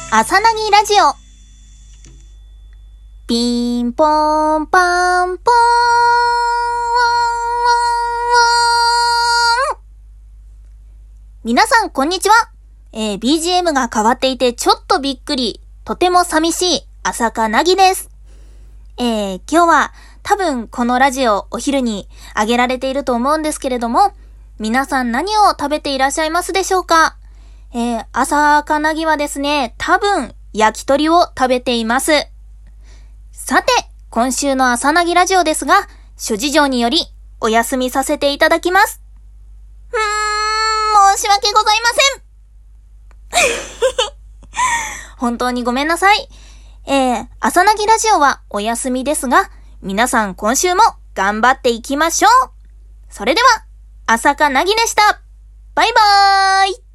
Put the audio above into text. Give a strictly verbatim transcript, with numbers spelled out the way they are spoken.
朝なぎラジオ。ピンポンパンポーン。皆さんこんにちは。えー、ビージーエム が変わっていてちょっとびっくり、とても寂しい朝香なぎです。えー、今日は多分このラジオお昼に上げられていると思うんですけれども、皆さん何を食べていらっしゃいますでしょうか？えー、朝香なぎはですね、多分焼き鳥を食べています。さて、今週の朝なぎラジオですが、諸事情によりお休みさせていただきます。うーん、申し訳ございません。本当にごめんなさい。えー、朝なぎラジオはお休みですが、皆さん今週も頑張っていきましょう。それでは、朝香なぎでした。バイバーイ。